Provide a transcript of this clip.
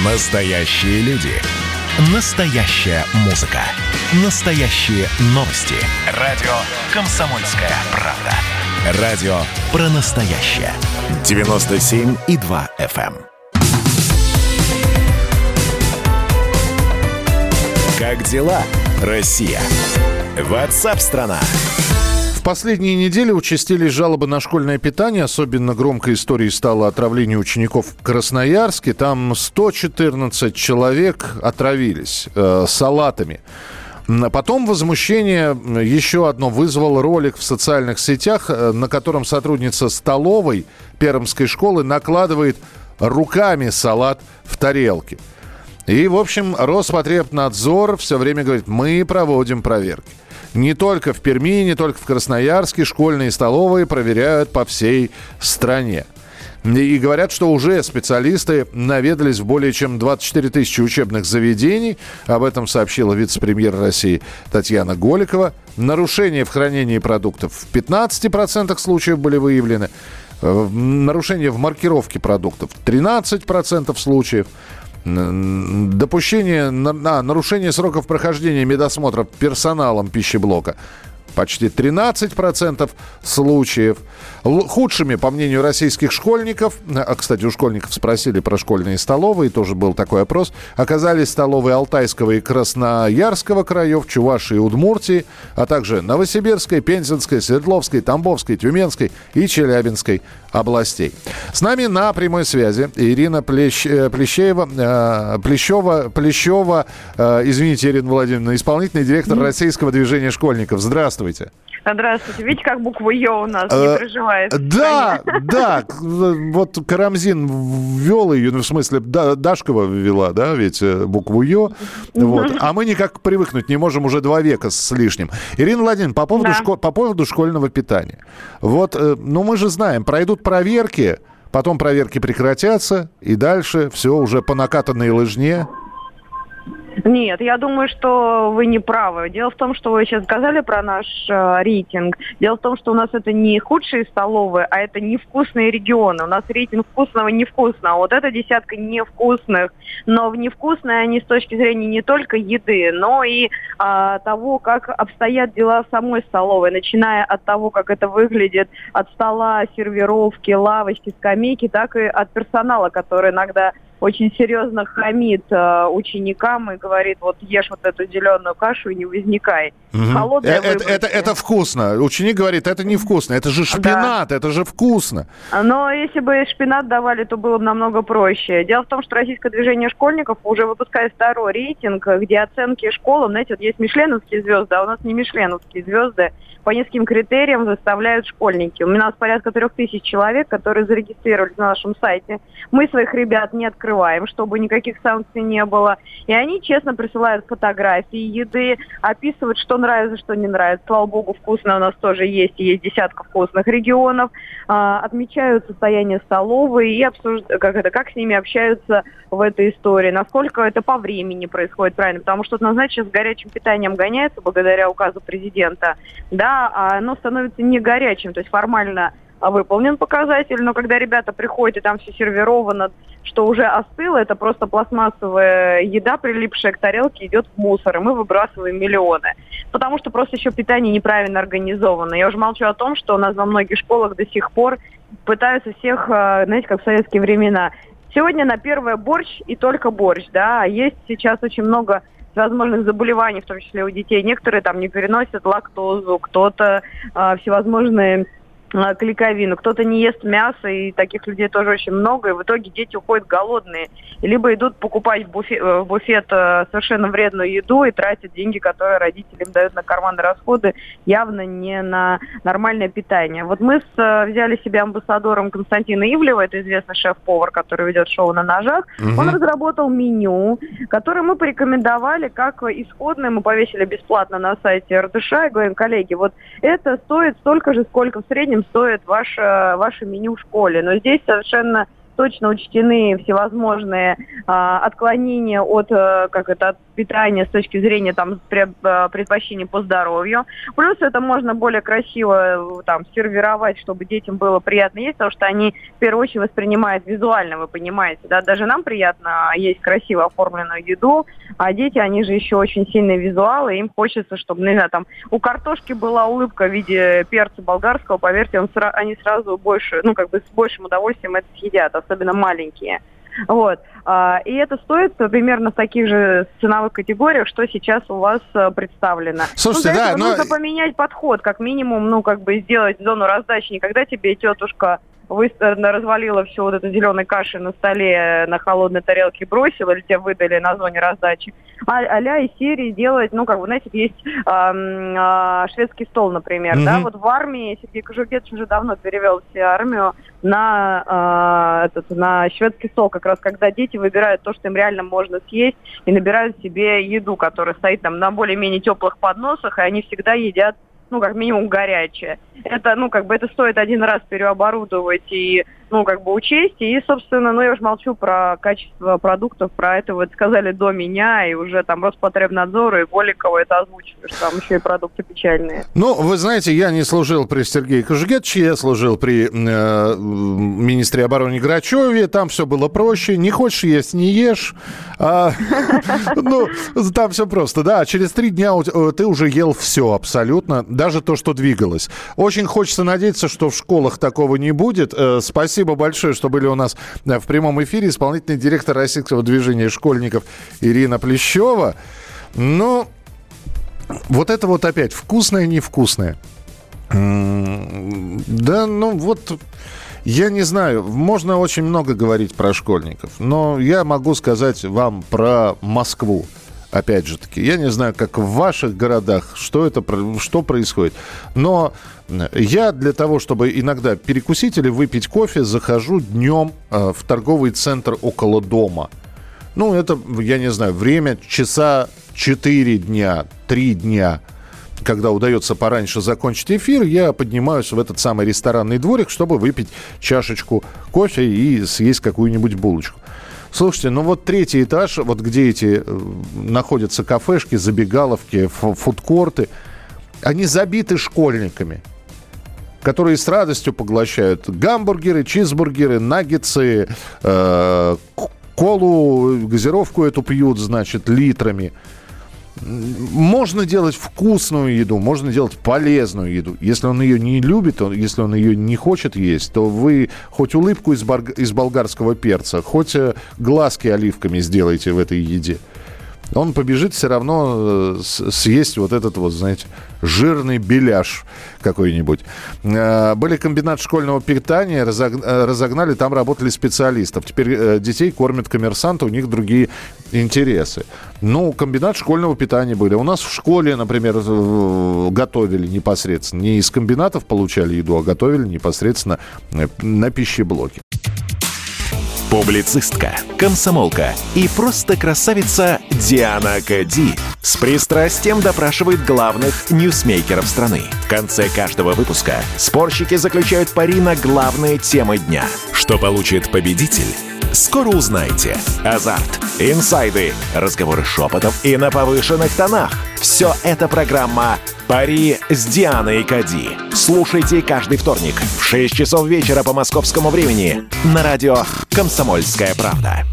Настоящие люди. Настоящая музыка. Настоящие новости. Радио «Комсомольская правда». Радио про настоящее. 97,2 FM. Как дела, Россия? WhatsApp-страна. В последние недели участились жалобы на школьное питание. Особенно громкой историей стало отравление учеников в Красноярске. Там 114 человек отравились салатами. Потом возмущение еще одно вызвал ролик в социальных сетях, на котором сотрудница столовой пермской школы накладывает руками салат в тарелки. И, в общем, Роспотребнадзор все время говорит: мы проводим проверки. Не только в Перми, не только в Красноярске школьные столовые проверяют по всей стране. И говорят, что уже специалисты наведались в более чем 24 тысячи учебных заведений. Об этом сообщила вице-премьер России Татьяна Голикова. Нарушения в хранении продуктов в 15% случаев были выявлены. Нарушения в маркировке продуктов в 13% случаев. Нарушение сроков прохождения медосмотра персоналом пищеблока почти 13% случаев. Худшими, по мнению российских школьников, кстати, у школьников спросили про школьные столовые, тоже был такой опрос, оказались столовые Алтайского и Красноярского краев, Чувашии и Удмуртии, а также Новосибирской, Пензенской, Свердловской, Тамбовской, Тюменской и Челябинской областей. С нами на прямой связи Ирина Плещева, извините, Ирина Владимировна, исполнительный директор Российского движения школьников. Здравствуйте. Здравствуйте. Видите, как буква «Ё» у нас не проживает. Да. Вот Карамзин ввел ее, в смысле, Дашкова ввела, да, ведь букву «Ё». Вот. А мы никак привыкнуть не можем уже 2 века с лишним. Ирина Владимировна, по поводу школьного питания. Вот, мы же знаем, пройдут проверки, потом проверки прекратятся, и дальше все уже по накатанной лыжне. Нет, я думаю, что вы не правы. Дело в том, что вы сейчас сказали про наш рейтинг. Дело в том, что у нас это не худшие столовые, а это невкусные регионы. У нас рейтинг вкусного и невкусного. Вот эта десятка невкусных. Но в невкусные они с точки зрения не только еды, но и того, как обстоят дела в самой столовой. Начиная от того, как это выглядит, от стола, сервировки, лавочки, скамейки, так и от персонала, который иногда очень серьезно хамит ученикам и говорит: вот ешь вот эту зеленую кашу и не возникай. Угу. Это вкусно. Ученик говорит: это невкусно. Это же шпинат, да. Это же вкусно. Но если бы шпинат давали, то было бы намного проще. Дело в том, что Российское движение школьников уже выпускает 2-й рейтинг, где оценки школам, знаете, вот есть мишленовские звезды, а у нас не мишленовские звезды. По нескольким критериям выставляют школьники. У нас порядка 3000 человек, которые зарегистрировались на нашем сайте. Мы своих ребят не открываем, чтобы никаких санкций не было. И они честно присылают фотографии еды, описывают, что нравится, что не нравится. Слава богу, вкусно у нас тоже есть. И есть десятка вкусных регионов. Отмечают состояние столовой и обсуждают, как с ними общаются в этой истории. Насколько это по времени происходит правильно. Потому что, знаете, сейчас горячим питанием гоняется благодаря указу президента. Да, а оно становится не горячим, то есть формально выполнен показатель, но когда ребята приходят и там все сервировано, что уже остыло, это просто пластмассовая еда, прилипшая к тарелке, идет в мусор, и мы выбрасываем миллионы. Потому что просто еще питание неправильно организовано. Я уже молчу о том, что у нас во многих школах до сих пор пытаются всех, знаете, как в советские времена. Сегодня на первое борщ и только борщ, да, есть сейчас очень много возможных заболеваний, в том числе у детей. Некоторые там не переносят лактозу, кто-то всевозможные клейковину, кто-то не ест мясо, и таких людей тоже очень много, и в итоге дети уходят голодные. Либо идут покупать в буфет совершенно вредную еду и тратят деньги, которые родители им дают на карманные расходы, явно не на нормальное питание. Вот мы взяли себе амбассадором Константина Ивлева, это известный шеф-повар, который ведет шоу «На ножах». Он разработал меню, которое мы порекомендовали как исходное, мы повесили бесплатно на сайте РДШ, и говорим: коллеги, вот это стоит столько же, сколько в среднем стоит ваше меню в школе. Но здесь совершенно точно учтены всевозможные отклонения от питания с точки зрения предпочтений по здоровью. Плюс это можно более красиво сервировать, чтобы детям было приятно есть, потому что они в первую очередь воспринимают визуально, вы понимаете, да, даже нам приятно есть красиво оформленную еду, а дети, они же еще очень сильные визуалы, им хочется, чтобы, у картошки была улыбка в виде перца болгарского, поверьте, они сразу больше, с большим удовольствием это съедят, особенно маленькие. Вот. И это стоит примерно в таких же ценовых категориях, что сейчас у вас представлено. Слушайте, нужно поменять подход, как минимум, сделать зону раздачи. Не когда тебе тетушка развалила всю вот эту зеленой каши на столе, на холодной тарелке бросила, или тебе выдали на зоне раздачи, а-ля из серии делать, есть шведский стол, например, да, вот в армии Сергей Кожугетович уже давно перевел всю армию на шведский стол, как раз когда дети выбирают то, что им реально можно съесть, и набирают себе еду, которая стоит на более-менее теплых подносах, и они всегда едят как минимум горячее. Это, это стоит один раз переоборудовать и, учесть. И, собственно, я уже молчу про качество продуктов, про это вот сказали до меня, и уже Роспотребнадзор и Голикова это озвучили, что там еще и продукты печальные. Вы знаете, я не служил при Сергее Кожугетовиче, я служил при министре обороны Грачеве, там все было проще. Не хочешь есть, не ешь. Там все просто, да. Через 3 дня ты уже ел все абсолютно, даже то, что двигалось. Очень хочется надеяться, что в школах такого не будет. Спасибо большое, что были у нас в прямом эфире. Исполнительный директор Российского движения школьников Ирина Плещева. Вот это вот опять вкусное, невкусное. Я не знаю, можно очень много говорить про школьников, но я могу сказать вам про Москву. Опять же таки, я не знаю, как в ваших городах, что происходит. Но я для того, чтобы иногда перекусить или выпить кофе, захожу днем в торговый центр около дома. Это, я не знаю, время часа 4 дня, 3 дня. Когда удается пораньше закончить эфир, я поднимаюсь в этот самый ресторанный дворик, чтобы выпить чашечку кофе и съесть какую-нибудь булочку. Слушайте, 3-й этаж, где находятся кафешки, забегаловки, фудкорты, они забиты школьниками, которые с радостью поглощают гамбургеры, чизбургеры, наггетсы, колу, газировку эту пьют, литрами. Можно делать вкусную еду, можно делать полезную еду. Если он ее не любит, если он ее не хочет есть, то вы хоть улыбку из болгарского перца, хоть глазки оливками сделайте в этой еде. Он побежит все равно съесть вот этот жирный беляш какой-нибудь. Были комбинат школьного питания, разогнали, там работали специалистов. Теперь детей кормят коммерсанты, у них другие интересы. Комбинат школьного питания были. У нас в школе, например, готовили непосредственно. Не из комбинатов получали еду, а готовили непосредственно на пищеблоке. Публицистка, комсомолка и просто красавица Диана Кади с пристрастием допрашивает главных ньюсмейкеров страны. В конце каждого выпуска спорщики заключают пари на главные темы дня. Что получит победитель? Скоро узнаете. Азарт, инсайды, разговоры шепотов и на повышенных тонах. Все это программа «Пари с Дианой Кади». Слушайте каждый вторник в 6 часов вечера по московскому времени на радио «Комсомольская правда».